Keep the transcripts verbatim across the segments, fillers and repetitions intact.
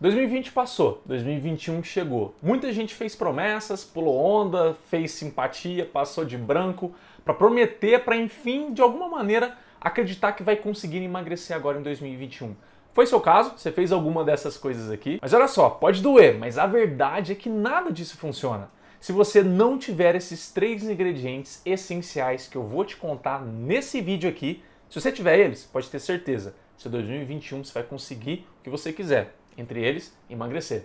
dois mil e vinte passou, dois mil e vinte e um chegou. Muita gente fez promessas, pulou onda, fez simpatia, passou de branco para prometer, para enfim, de alguma maneira, acreditar que vai conseguir emagrecer agora em dois mil e vinte e um. Foi seu caso? Você fez alguma dessas coisas aqui? Mas olha só, pode doer, mas a verdade é que nada disso funciona se você não tiver esses três ingredientes essenciais que eu vou te contar nesse vídeo aqui. Se você tiver eles, pode ter certeza, seu dois mil e vinte e um você vai conseguir o que você quiser. Entre eles, emagrecer.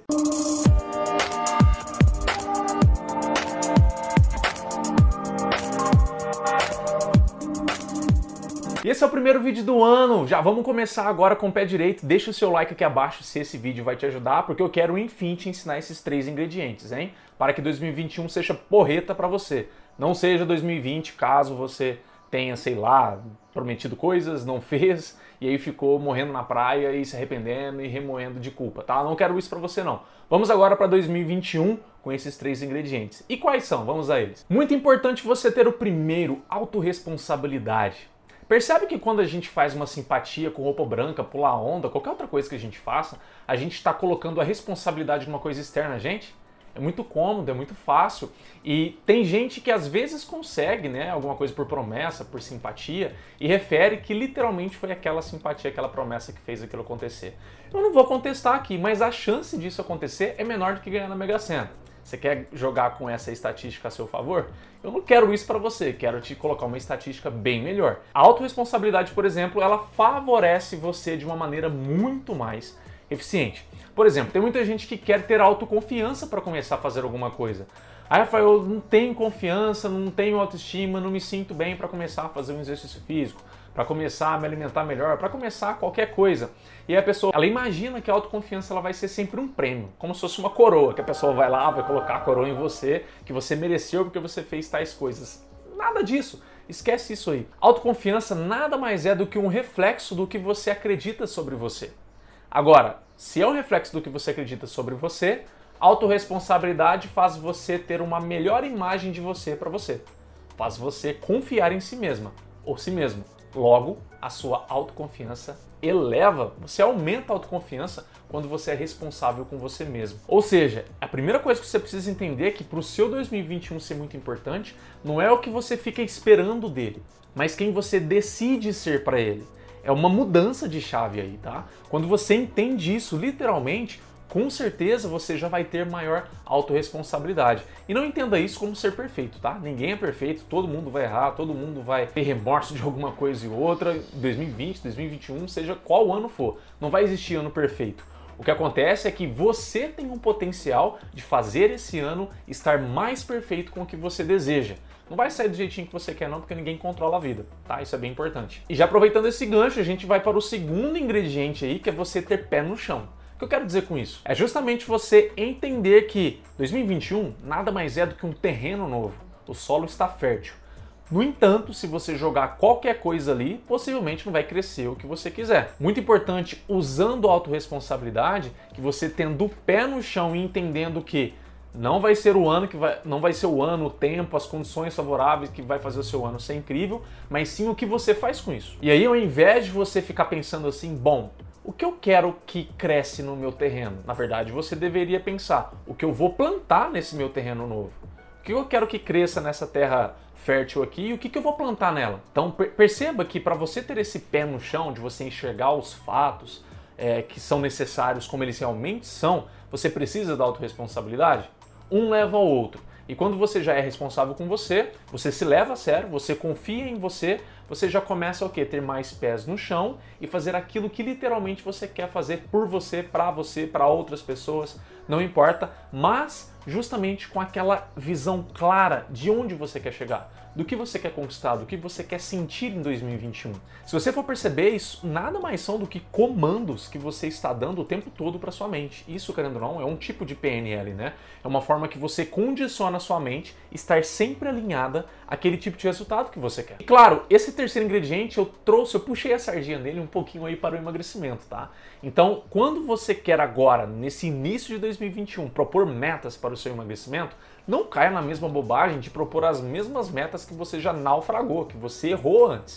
E esse é o primeiro vídeo do ano, já vamos começar agora com o pé direito. Deixa o seu like aqui abaixo se esse vídeo vai te ajudar, porque eu quero, enfim, te ensinar esses três ingredientes, hein? Para que dois mil e vinte e um seja porreta para você. Não seja dois mil e vinte, caso você tenha, sei lá, prometido coisas, não fez, e aí ficou morrendo na praia e se arrependendo e remoendo de culpa, tá? Não quero isso pra você, não. Vamos agora para dois mil e vinte e um com esses três ingredientes. E quais são? Vamos a eles. Muito importante você ter o primeiro, autorresponsabilidade. Percebe que quando a gente faz uma simpatia com roupa branca, pular onda, qualquer outra coisa que a gente faça, a gente está colocando a responsabilidade numa coisa externa a gente? É muito cômodo, é muito fácil, e tem gente que às vezes consegue, né, alguma coisa por promessa, por simpatia, e refere que literalmente foi aquela simpatia, aquela promessa que fez aquilo acontecer. Eu não vou contestar aqui, mas a chance disso acontecer é menor do que ganhar na Mega Sena. Você quer jogar com essa estatística a seu favor? Eu não quero isso para você, quero te colocar uma estatística bem melhor. A autorresponsabilidade, por exemplo, ela favorece você de uma maneira muito mais eficiente. Por exemplo, tem muita gente que quer ter autoconfiança para começar a fazer alguma coisa. Aí, Rafael, eu não tenho confiança, não tenho autoestima, não me sinto bem para começar a fazer um exercício físico, para começar a me alimentar melhor, para começar qualquer coisa. E aí a pessoa, ela imagina que a autoconfiança ela vai ser sempre um prêmio, como se fosse uma coroa, que a pessoa vai lá, vai colocar a coroa em você, que você mereceu porque você fez tais coisas. Nada disso. Esquece isso aí. Autoconfiança nada mais é do que um reflexo do que você acredita sobre você. Agora, se é um reflexo do que você acredita sobre você, autorresponsabilidade faz você ter uma melhor imagem de você para você. Faz você confiar em si mesma ou si mesmo. Logo, a sua autoconfiança eleva, você aumenta a autoconfiança quando você é responsável com você mesmo. Ou seja, a primeira coisa que você precisa entender é que para o seu dois mil e vinte e um ser muito importante, não é o que você fica esperando dele, mas quem você decide ser para ele. É uma mudança de chave aí, tá? Quando você entende isso literalmente, com certeza você já vai ter maior autorresponsabilidade. E não entenda isso como ser perfeito, tá? Ninguém é perfeito, todo mundo vai errar, todo mundo vai ter remorso de alguma coisa e outra. dois mil e vinte, dois mil e vinte e um, seja qual ano for, não vai existir ano perfeito. O que acontece é que você tem um potencial de fazer esse ano estar mais perfeito com o que você deseja. Não vai sair do jeitinho que você quer não, porque ninguém controla a vida, tá? Isso é bem importante. E já aproveitando esse gancho, a gente vai para o segundo ingrediente aí, que é você ter pé no chão. O que eu quero dizer com isso? É justamente você entender que dois mil e vinte e um nada mais é do que um terreno novo. O solo está fértil. No entanto, se você jogar qualquer coisa ali, possivelmente não vai crescer o que você quiser. Muito importante, usando a autorresponsabilidade, que você tendo o pé no chão e entendendo que não vai ser o ano que vai, não vai ser o ano, o tempo, as condições favoráveis que vai fazer o seu ano ser incrível, mas sim o que você faz com isso. E aí, ao invés de você ficar pensando assim, bom, o que eu quero que cresce no meu terreno? Na verdade, você deveria pensar, o que eu vou plantar nesse meu terreno novo? O que eu quero que cresça nessa terra fértil aqui e o que, que eu vou plantar nela? Então perceba que para você ter esse pé no chão, de você enxergar os fatos é, que são necessários como eles realmente são, você precisa da autorresponsabilidade? Um leva ao outro. E quando você já é responsável com você, você se leva a sério, você confia em você, você já começa a quê? Ter mais pés no chão e fazer aquilo que literalmente você quer fazer por você, para você, para outras pessoas, não importa, mas justamente com aquela visão clara de onde você quer chegar, do que você quer conquistar, do que você quer sentir em dois mil e vinte e um. Se você for perceber, isso nada mais são do que comandos que você está dando o tempo todo para sua mente. Isso, querendo ou não, é um tipo de P N L, né? É uma forma que você condiciona a sua mente estar sempre alinhada àquele tipo de resultado que você quer. E claro, esse terceiro ingrediente eu trouxe, eu puxei a sardinha nele um pouquinho aí para o emagrecimento, tá? Então, quando você quer agora, nesse início de dois mil e vinte e um, propor metas para o seu emagrecimento, não caia na mesma bobagem de propor as mesmas metas que você já naufragou, que você errou antes.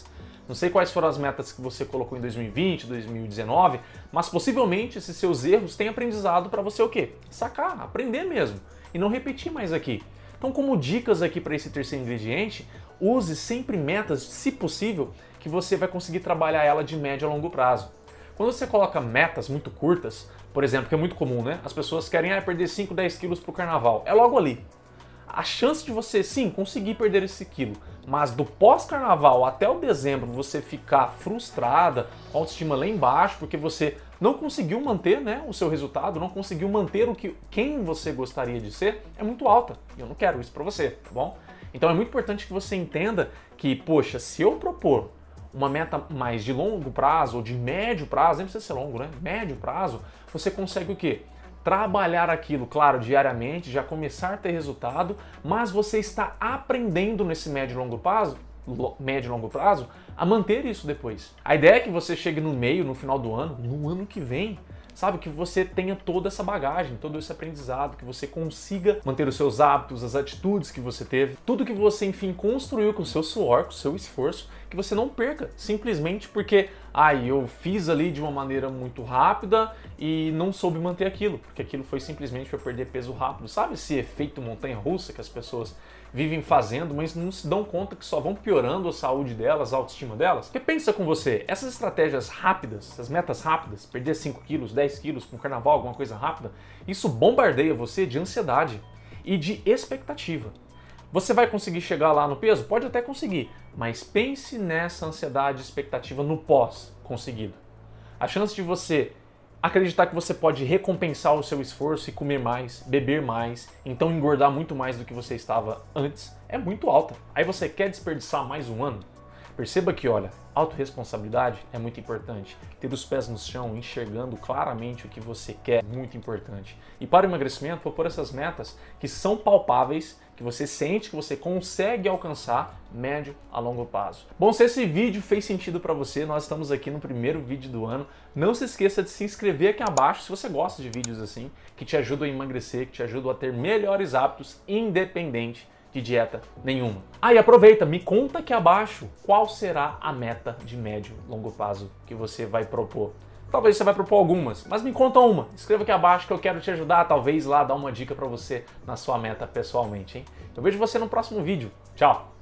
Não sei quais foram as metas que você colocou em dois mil e vinte, dois mil e dezenove, mas possivelmente esses seus erros têm aprendizado para você o quê? Sacar, aprender mesmo e não repetir mais aqui. Então, como dicas aqui para esse terceiro ingrediente, use sempre metas, se possível, que você vai conseguir trabalhar ela de médio a longo prazo. Quando você coloca metas muito curtas, por exemplo, que é muito comum, né? As pessoas querem ah, perder cinco, dez quilos pro carnaval. É logo ali. A chance de você, sim, conseguir perder esse quilo, mas do pós-carnaval até o dezembro você ficar frustrada, com a autoestima lá embaixo, porque você não conseguiu manter, né, o seu resultado, não conseguiu manter o que, quem você gostaria de ser, é muito alta. E eu não quero isso pra você, tá bom? Então é muito importante que você entenda que, poxa, se eu propor uma meta mais de longo prazo ou de médio prazo, nem precisa ser longo, né? Médio prazo, você consegue o quê? Trabalhar aquilo, claro, diariamente, já começar a ter resultado, mas você está aprendendo nesse médio e longo prazo, médio e longo prazo, a manter isso depois. A ideia é que você chegue no meio, no final do ano, no ano que vem, sabe, que você tenha toda essa bagagem, todo esse aprendizado, que você consiga manter os seus hábitos, as atitudes que você teve, tudo que você, enfim, construiu com o seu suor, com o seu esforço, que você não perca, simplesmente porque, ah, eu fiz ali de uma maneira muito rápida e não soube manter aquilo, porque aquilo foi simplesmente para perder peso rápido. Sabe esse efeito montanha-russa que as pessoas vivem fazendo, mas não se dão conta que só vão piorando a saúde delas, a autoestima delas? Porque pensa com você, essas estratégias rápidas, essas metas rápidas, perder cinco quilos, dez quilos com carnaval, alguma coisa rápida, isso bombardeia você de ansiedade e de expectativa. Você vai conseguir chegar lá no peso? Pode até conseguir, mas pense nessa ansiedade e expectativa no pós-conseguido. A chance de você acreditar que você pode recompensar o seu esforço e comer mais, beber mais, então engordar muito mais do que você estava antes, é muito alta. Aí você quer desperdiçar mais um ano? Perceba que, olha, autorresponsabilidade é muito importante. Ter os pés no chão, enxergando claramente o que você quer, é muito importante. E para o emagrecimento, vou pôr essas metas que são palpáveis, que você sente que você consegue alcançar médio a longo prazo. Bom, se esse vídeo fez sentido para você, nós estamos aqui no primeiro vídeo do ano. Não se esqueça de se inscrever aqui abaixo se você gosta de vídeos assim, que te ajudam a emagrecer, que te ajudam a ter melhores hábitos, independente de dieta nenhuma. Ah, e aproveita, me conta aqui abaixo qual será a meta de médio e longo prazo que você vai propor. Talvez você vai propor algumas, mas me conta uma. Escreva aqui abaixo que eu quero te ajudar, talvez lá dar uma dica para você na sua meta pessoalmente, hein? Eu vejo você no próximo vídeo. Tchau!